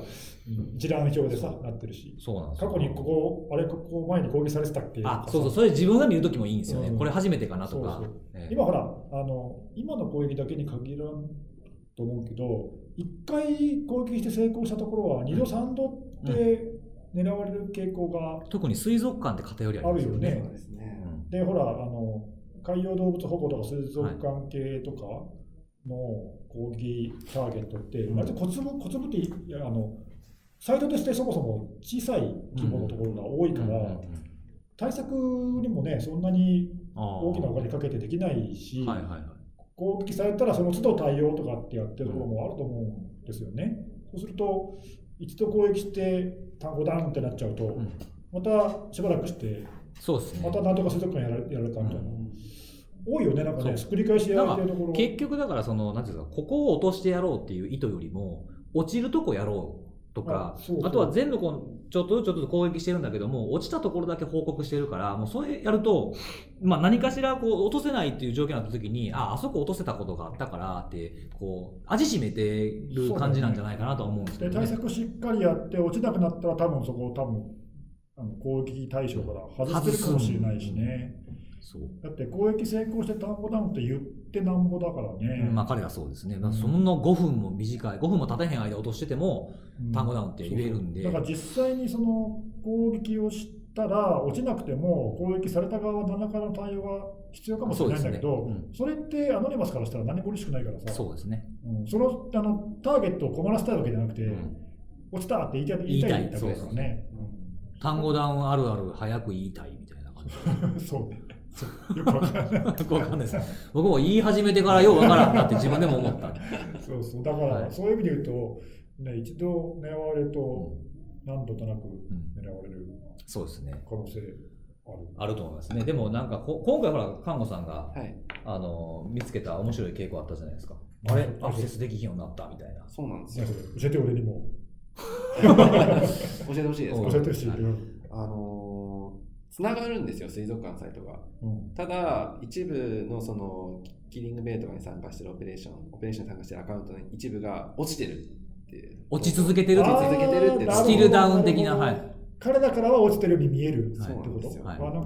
一覧表でさ、なってるし。 そうなんですよ。 過去にここ、あれ、ここ前に攻撃されてたっけ。 あ、そうそう、それ自分が見るときもいいんですよね。うん、これ初めてかなとか。そうそう、 えー、今ほら、あの、今の攻撃だけに限らんと思うけど、一回攻撃して成功したところは、二度三度って、うん狙われる傾向が特に水族館って偏りありますよね。 あるよね。で、ほら、あの海洋動物保護とか水族館系とかの攻撃ターゲットって、割と小粒小粒ってあのサイトとしてそもそも小さい規模のところが多いから、対策にもね、そんなに大きなお金かけてできないし、はいはいはい、攻撃されたらその都度対応とかってやってるところもあると思うんですよね。そうすると一度攻撃して単語ダウンってなっちゃうと、うん、またしばらくして、 そうですね、 またなんとか水族館やられやられたみたいな、うん、多いよね、なんかね、繰り返しやられてるところ。 結局だからその、なんていうか、ここを落としてやろうっていう意図よりも、落ちるとこやろうとか、あ, そうそうあとは全部こうちょっとずつちょっとずつ攻撃してるんだけども、落ちたところだけ報告してるから、もうそれやると、まあ、何かしらこう落とせないっていう状況になった時に、ああ、あそこ落とせたことがあったからって、こう味しめてる感じなんじゃないかなと思うんですけど、ね、 で対策しっかりやって落ちなくなったら多分そこを多分あの攻撃対象から外してるかもしれないしね。そうだって攻撃成功して単語ダウンって言ってなんぼだからね、 うん、まあ彼はそうですね、うん、そんなごふんも短いごふんも経てへん間落としてても単語ダウンって言えるんで、 うん、だから実際にその攻撃をしたら落ちなくても攻撃された側は何らかの対応が必要かもしれないんだけど、 そ,、ねうん、それってアノニマスからしたら何も嬉しくないからさ、 そうですね、 うん、そのあのターゲットを困らせたいわけじゃなくて、うん、落ちたって言いたい言いたいだけだからね、 単語ダウンあるある早く言いたいみたいな感じそうねよくわかんない。よくわかんないです。僕も言い始めてからようわからんなって自分でも思った。 そうそう。だから、はい、そういう意味で言うと、ね、一度狙われると何度となく狙われる、うん、 そうですね。 可能性ある。 あると思いますね。でもなんかこ今回ほら看護さんが、はい、あの見つけた面白い傾向あったじゃないですか。あれアクセスできひんようになったみたいな。 そうなんですよ。 教えて俺にも。 教えてほしいですか。 教えてほしい。 あのーつながるんですよ、水族館サイトが、うん、ただ一部のそのキリングベイとかに参加してるオペレーションオペレーションに参加してるアカウントの一部が落ちてるって落ち続けてるって落ち続けてるってスキルダウン的な、はい、 彼らからは落ちてるように見える、はい、ってこと、 はい、 あなんか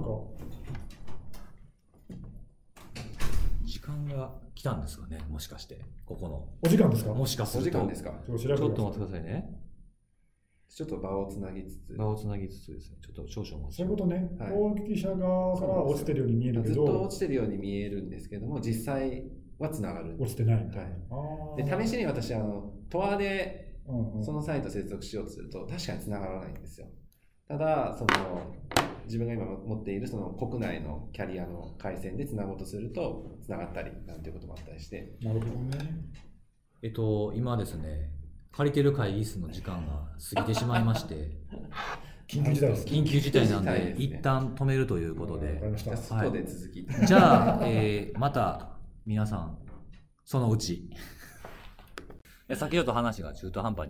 時間が来たんですかね、もしかしてここのお時間ですか、 もしかするとお時間ですか、 ちょっと待ってくださいね、 ちょっと場をつなぎつつ場をつなぎつつですね、ちょっと少々待ちそういうことね、はい、攻撃者側から落ちてるように見えるけど、 ずっと落ちてるように見えるんですけども、実際はつながる。 落ちてない。はい、 で試しに私あのトアでそのサイト接続しようとすると確かにつながらないんですよ。ただその自分が今持っているその国内のキャリアの回線でつなごうとするとつながったりなんていうこともあったりして。 なるほどね。 えっと今ですね。借りてる会議室の時間が過ぎてしまいまして緊急事態です、 緊急事態なんで、ね、一旦止めるということで、 じゃあ外で続き、 はい、じゃあ、えー、また皆さんそのうち先ほど話が中途半端に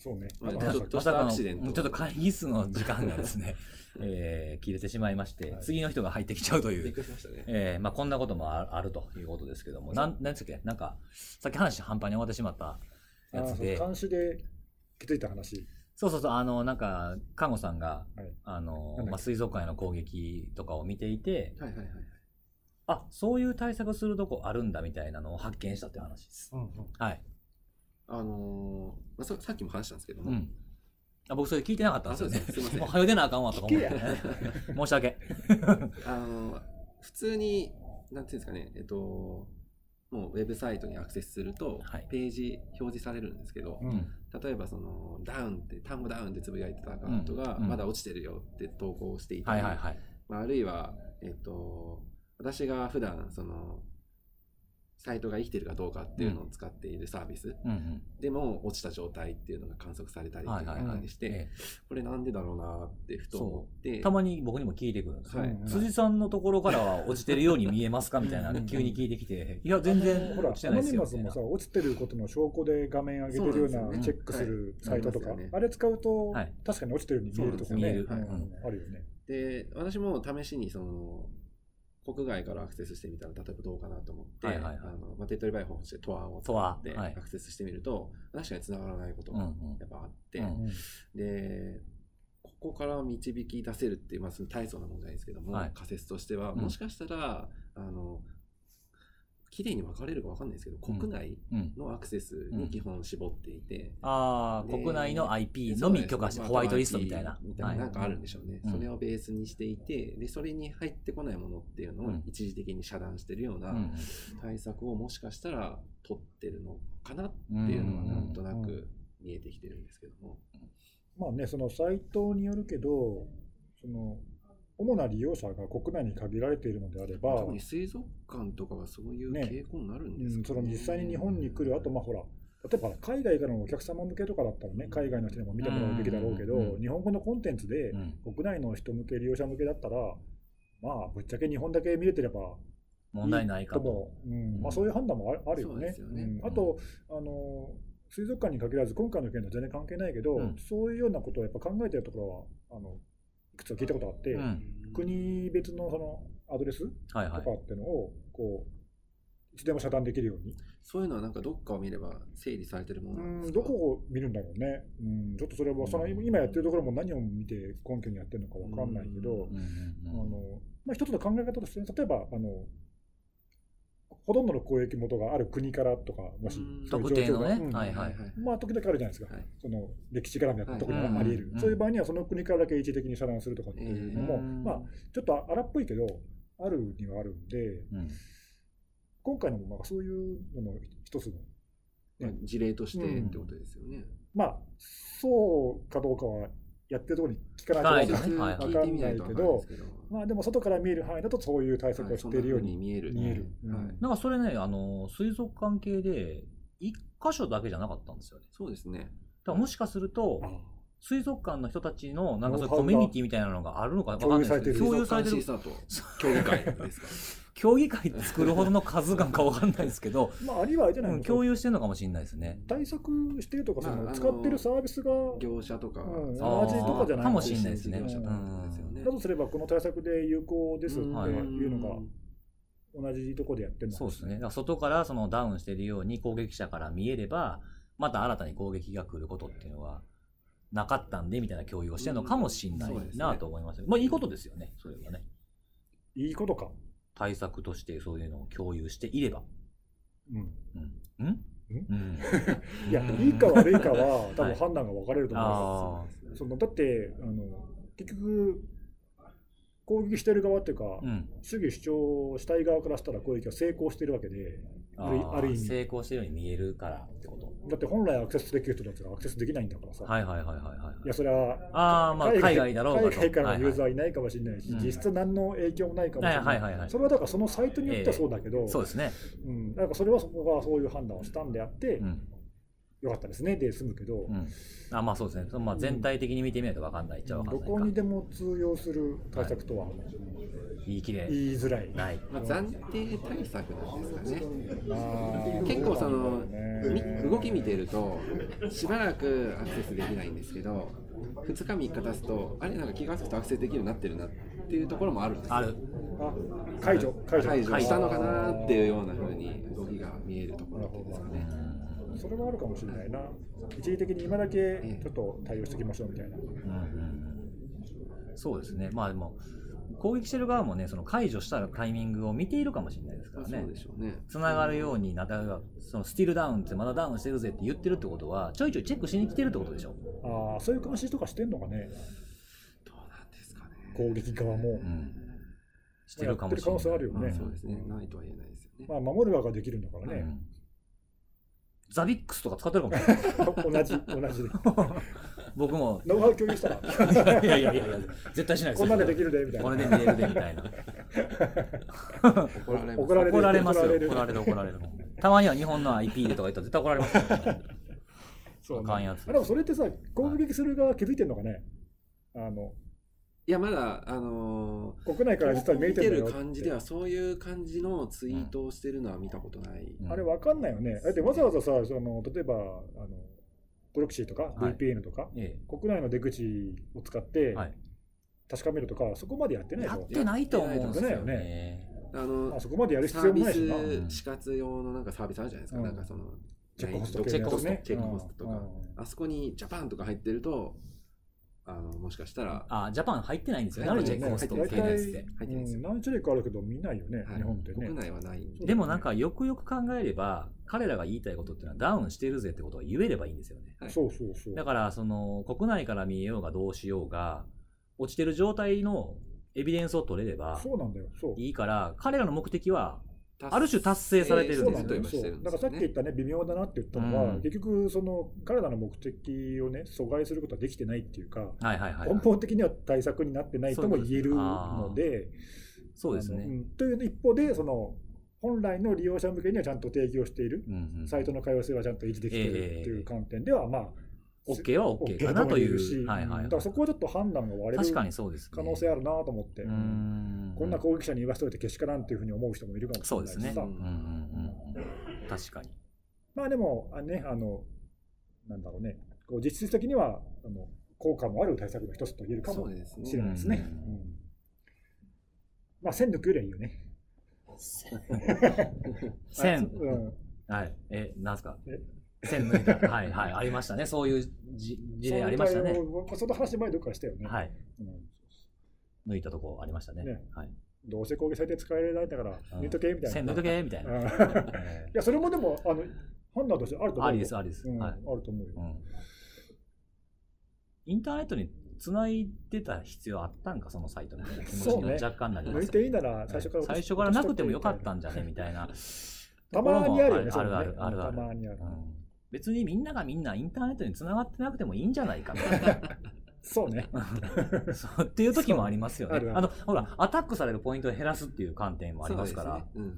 そうね。 まあ、 まあちょっとしたアクシデント。 ちょっと会議室の時間がですね、えー、切れてしまいまして、はい、次の人が入ってきちゃうという。 びっくりしましたね。 えー、まあこんなこともあるということですけども、なん、なんつっけ、なんか、さっき話半端に終わってしまったやつで。 監視で気づいた話。 そうそうそう、あの、なんか、看護さんが、はい、あの、まあ、水族館への攻撃とかを見ていて、はいはいはい。あ、そういう対策するとこあるんだみたいなのを発見したっていう話です。うんうん、はい。 あのーまあ、さっきも話したんですけども、 うん、あ僕それ聞いてなかったんですよね。 すいません。 もう早出なあかんわとか思って、ね、申し訳。 あのー、普通に、なんていうんですかね、えっと、もうウェブサイトにアクセスすると、ページ表示されるんですけど、はい、例えばその、ダウンって、単語ダウンってつぶやいてたアカウントが、まだ落ちてるよって投稿していたり、まあ、あるいは、えっと、私が普段そのサイトが生きてるかどうかっていうのを使っているサービスでも落ちた状態っていうのが観測されたりっていうのがあったりして、これなんでだろうなってふと思ってたまに僕にも聞いてくるんですよ、はい、辻さんのところからは落ちてるように見えますかみたいな急に聞いてきていや全然落ちてないですよ。 アノニマスもさ落ちてることの証拠で画面上げてるようなチェックするサイトとか、あれ使うと確かに落ちてるように見えるとかね、あるよね。で私も試しにその国外からアクセスしてみたら例えばどうかなと思って、はいはいはい、あのまあ、手っ取り早い方法としてトアを使ってアクセスしてみると、はい、確かに繋がらないことがやっぱあって、うんうん、でここから導き出せるっていう、まあ、その大層な問題ですけども、はい、仮説としてはもしかしたら、うん、あの綺麗に分かれるか分かんないですけど、うん、国内のアクセスに基本絞っていて、うんうん、 ああ国内の アイピー のみ許可して、まあ、ホワイトリストみたいなみたいななんかあるんでしょうね、はい、それをベースにしていて、でそれに入ってこないものっていうのを一時的に遮断してるような対策をもしかしたら取ってるのかなっていうのはなんとなく見えてきてるんですけども、 まあね、そのサイトによるけど、その主な利用者が国内に限られているのであれば、 特に水族館とかはそういう傾向になるんですかね。 ね、うん、その実際に日本に来る、あとまあほら、例えば海外からのお客様向けとかだったらね、海外の人にも見てもらうべきだろうけど、うん、日本語のコンテンツで国内の人向け、利用者向けだったら、まあぶっちゃけ日本だけ見れてればいい問題ないかと、 うんまあ、そういう判断もあるよね。あとあの水族館に限らず今回の件と全然関係ないけど、うん、そういうようなことをやっぱ考えているところはあのいくつか聞いたことがあって、うん、国別のそのアドレスとかっていうのをこういつでも遮断できるように、 そういうのはなんかどっかを見れば整理されてるものなんですか。 うん、どこを見るんだろうね、うん、ちょっとそれはその今やってるところも何を見て根拠にやってるのか分かんないけど、一つの考え方として、ね、例えばあのほとんどの交易元がある国からとか、もし特定のね、はいはい、 まあ時々あるじゃないですか、はい、その歴史絡みだと特にあり得る、はい、そういう場合にはその国からだけ一時的に遮断するとかっていうのも、まあちょっと荒っぽいけどあるにはあるんで、うん、今回のもまあそういうのの一つの、 ね、事例としてってことですよね。うん、 まあそうかどうかはやってるところに聞かないと分かんないけど、まあでも外から見える範囲だとそういう対策をしているように見える。 なんかそれね、あの水族館系で一箇所だけじゃなかったんですよね。 そうですね。だからもしかすると水族館の人たちのなんかそういうコミュニティみたいなのがあるのか分かんないですけど、共有されてる。 競技会ですか。 競技会作るほどの数がか分かんないですけど、 まあありはあれじゃないの、 共有してるのかもしれないですね。 対策してるとか、その使ってるサービスが業者とか同じとかじゃないかもしれないですね。 だとすればこの対策で有効ですっていうのが同じところでやってるのかもしれない。 そうですね。だから外からそのダウンしているように攻撃者から見えれば、また新たに攻撃が来ることっていうのはなかったんでみたいな共有をしてるのかもしれないなと思います。まあいいことですよね。それはね。 いいことか。 対策としてそういうのを共有していれば。うん。うん。うん。うん、 いや、いいか悪いかは多分判断が分かれると思います。はい、そのだってあの結局攻撃している側っていうか、うん、主義主張したい側からしたら攻撃は成功しているわけで、 あある意味成功しているように見えるからってこと。 だって本来アクセスできる人たちがアクセスできないんだからさ。 はいはいはいはいはい。 いやそれはあ、まあ、海外だろう海外からのユーザーいないかもしれないし、はいはい、実質何の影響もないかもしれない。はいはいはいはい、それはだからそのサイトによってはそうだけど、 えー、そうですね。 うん、だからそれはそこがそういう判断をしたんであって、うん、 良かったですねで済むけど、 うん、あまあそうですね、まあ、全体的に見てみないと分かんないっちゃ分かんないか、 どこにでも通用する対策とは言い切れ言いづらい、 ない、 まあ、暫定対策なんですかね。 あー結構その、 ねみ動き見てるとしばらくアクセスできないんですけど、ふつかみっか経つとあれなんか気が付くとアクセスできるようになってるなっていうところもあるんですよ。 あるあ解除解除解除したのかなっていうような風に動きが見えるところっていうんですかね。 それはあるかもしれないな。一時的に今だけちょっと対応しておきましょうみたいな、 うんうんうん、そうですね、まあでも攻撃してる側もね、その解除したタイミングを見ているかもしれないですからね。 そうでしょうね。 つながるようになったら、そのスティールダウンってまだダウンしてるぜって言ってるってことは、ちょいちょいチェックしに来てるってことでしょ。 ああ、そういう監視とかしてんのかね。 どうなんですかね。 攻撃側も、 うん、してるかもしれない。 やってる可能性あるよね。 そうですね。ないとは言えないですよね。 まあ守る側ができるんだからね。 うん、ザビックスとか使ってるかもしれない。 同じ同じで。 僕もノウハウ共有したらいやいやいやいや絶対しないですよ。 こんなんでできるでみたいな。 これで見れるでみたいな。 怒られます。 怒られる怒られますよ。 怒られる怒られる怒られる。たまには日本の アイピー でとか言ったら絶対怒られますよ。 そうね、 あかんやつ。 あでもそれってさ、攻撃する側気づいてんのかね。あのいやまだあのー、 国内から実は見えてるんだよって。 見てる感じではそういう感じのツイートをしてるのは見たことない。 うん、 あれわかんないよね。だってわざわざさ、その例えばあのプロキシーとかはいブイピーエヌ とか、 ええ、 国内の出口を使って確かめるとか、そこまでやってないと。 やってないと思うんですよやってないよね。 あのまあそこまでやる必サービ要もないしな。 ス死活用のなんかサービスあるじゃないですか。 うん、 なんかそのチェックホストチェックホスト、 ね、 チェックホストとか、 うん、 あそこにジャパンとか入ってると、あのもしかしたらあジャパン入ってないんですよね。 あるチェックホストっていうやつで。 入ってないですよ。 何チェックあるけど見ないよね、 はい、 日本ってね。 国内はないんで。 でもなんかよくよく考えれば、彼らが言いたいことっていうのはダウンしてるぜってことを言えればいいんですよね。 はい、 そうそうそう。 だからその国内から見えようがどうしようが、落ちてる状態のエビデンスを取れればそうなんだよ。そういいから、彼らの目的はある種達成されてるんですよね。 そうだからさっき言ったね、微妙だなって言ったのは、うん、結局その彼らの目的をね阻害することはできてないっていうか、 はいはいはい、 根本的には対策になってないとも言えるので、 そうですね。 うん、という一方でその本来の利用者向けにはちゃんと提供している、うんうん、サイトの可用性はちゃんと維持できているっていう観点では、まあ OK は OK かなという、 はいはい、だからそこはちょっと判断が割れる可能性あるなと思って、 ね、うんこんな攻撃者に言わせておいてけしからんっていうふうに思う人もいるかもしれないしさ。 そうですね。うんうんうん、確かに。 まあでもあねあのなんだろうね、こう実質的にはあの効果もある対策の一つと言えるかもしれないですね。うんうん、まあ線抜くよりはいいよね。 線、うん、はい。えなんすか。線抜いたはいはいありましたね。そういう事例ありましたね。 その話前どっかしたよね。 はい。うん、抜いたとこありましたね。ね、はい。 どうせ攻撃されて使えないんだから抜いとけみたいな。 線抜いとけみたいな。いやそれもでもあの判断としてあると思うよ。 ありですありです。 うん、はい。あると思うよ。うん、 インターネットに繋いでた必要あったんかそのサイトみたいな気持ちが若干なります。 抜いていいなら最初から最初からなくてもよかったんじゃねみたいな。 たまにあるよね。 あるあるあるある。 たまにある。 別にみんながみんなインターネットに繋がってなくてもいいんじゃないかな。 そうねそうっていう時もありますよね。あるあるあのほらアタックされるポイントを減らすっていう観点もありますから、ねうん、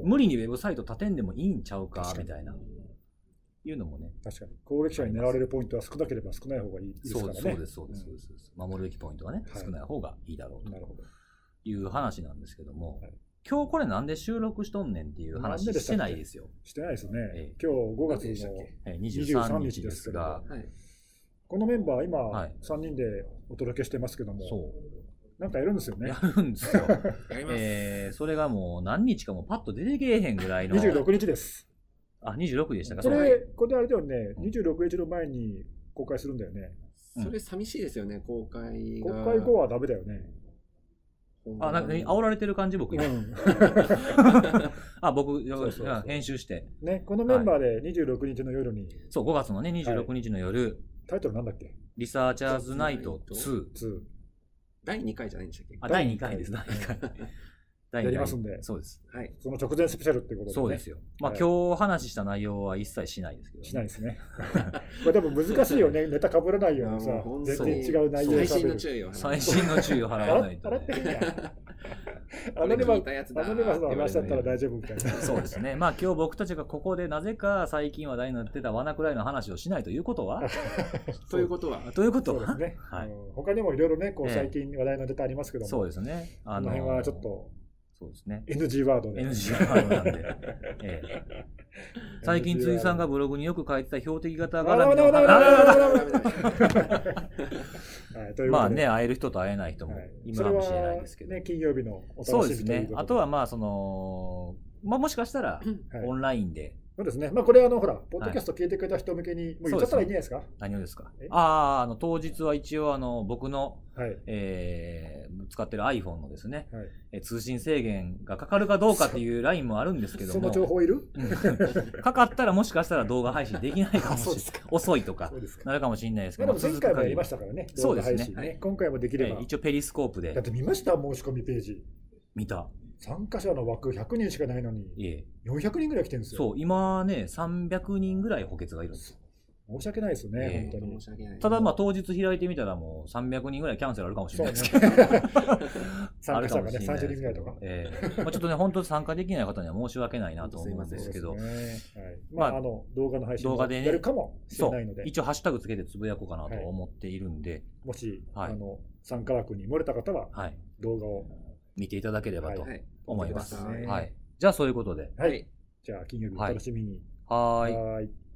無理にウェブサイト立てんでもいいんちゃうかみたいないうのもね。 確かに攻撃者に狙われるポイントは少なければ少ない方がいいですからね。 そうですそうですそうですそうです、うん、守るべきポイントはね、はい、少ない方がいいだろうという話なんですけども、はい、今日これなんで収録しとんねんっていう話してないですよ。 してないですね、ええ、今日ごがつのにじゅうさんにちですが、はい、このメンバー今さんにんでお届けしてますけども、はい、なんかやるんですよね。 やるんですよ、えー、それがもう何日かもパッと出てけえへんぐらいのにじゅうろくにちです。 あ、にじゅうろくでしたか。 これ、これあれだよね、にじゅうろくにちの前に公開するんだよね。 それ寂しいですよね、公開が。公開後はダメだよね。 あ、なんか煽られてる感じ僕今。うん、あ、僕そうそうそう編集してね、このメンバーでにじゅうろくにちの夜に、はい、 そうごがつのねにじゅうろくにちの夜、はい、 タイトルなんだっけ？ リサーチャーズナイトツー。 だいにかいじゃないんでしたっけ？ あ、だいにかいです。だいにかい。 やりますんで。 そうです。 はい。 その直前スペシャルってことで、ね。 そうですよ。まあ、はい、今日話した内容は一切しないですけど、ね。 しないですね。これ多分難しいよね。ネタ被らないようにさ、全然違う内容を最新の注意を最新の注意を払わないと、ね。 払っていいんだ。 これ聞いたやつだアノニマスの話だったら大丈夫みたいな。 そうですね。まあ今日僕たちがここでなぜか最近話題になってたワナクライの話をしないということはということはということはそうですね。 はい。 うん他にもいろいろね、こうええ最近話題のネタありますけども、 そうですね。 あの辺はちょっとそうですね。 エヌジー ワードで。 エヌジー ワードなんで。ええ最近辻さんがブログによく書いてた標的型絡みのまあね、会える人と会えない人もいるかもしれないですけど、 ね、金曜日のおそう楽しみということで。 ですね。あとはまあそのまあもしかしたらオンラインで、 そうですね。まあこれあのほらポッドキャスト聞いてくれた人向けにもう言っちゃったらいいんじゃないですか。 何をですか。ああ、あの当日は一応あの僕の、 はいえー、使ってる iPhone のですね、 はいえ通信制限がかかるかどうかっていうラインもあるんですけども、 その情報いる？ かかったらもしかしたら動画配信できないかもしれない。遅いとかそうですかなるかもしれないですけまあど、 でも前回もやりましたからね。動画配信そうですね。今回もできれば。 えー一応ペリスコープでだって見ました申し込みページ。 見た。 参加者の枠ひゃくにんしかないのにいえよんひゃくにんぐらい来てるんですよ。 そう、今ね、さんびゃくにんぐらい補欠がいるんですよ。 申し訳ないですね、 ええ本当に。 申し訳ない。 ただまあ当日開いてみたらもうさんびゃくにんぐらいキャンセルあるかもしれそうねないですけど。 参加者がね、さんじゅうにんぐらいとか。 ええまあ、ちょっとね、本当に参加できない方には申し訳ないなと思うんですけど、 そうですねはいまあ、あの動画の配信も動画でねやるかもしそうれないので、 一応ハッシュタグつけてつぶやこうかなと思っているんで、 もし、 はいあの参加枠に漏れた方ははい、 動画を、 見ていただければとはい思います。 見てくださいはい、じゃあそういうことで、 はいはいじゃあ金曜日お楽しみに。 はーい。 はーい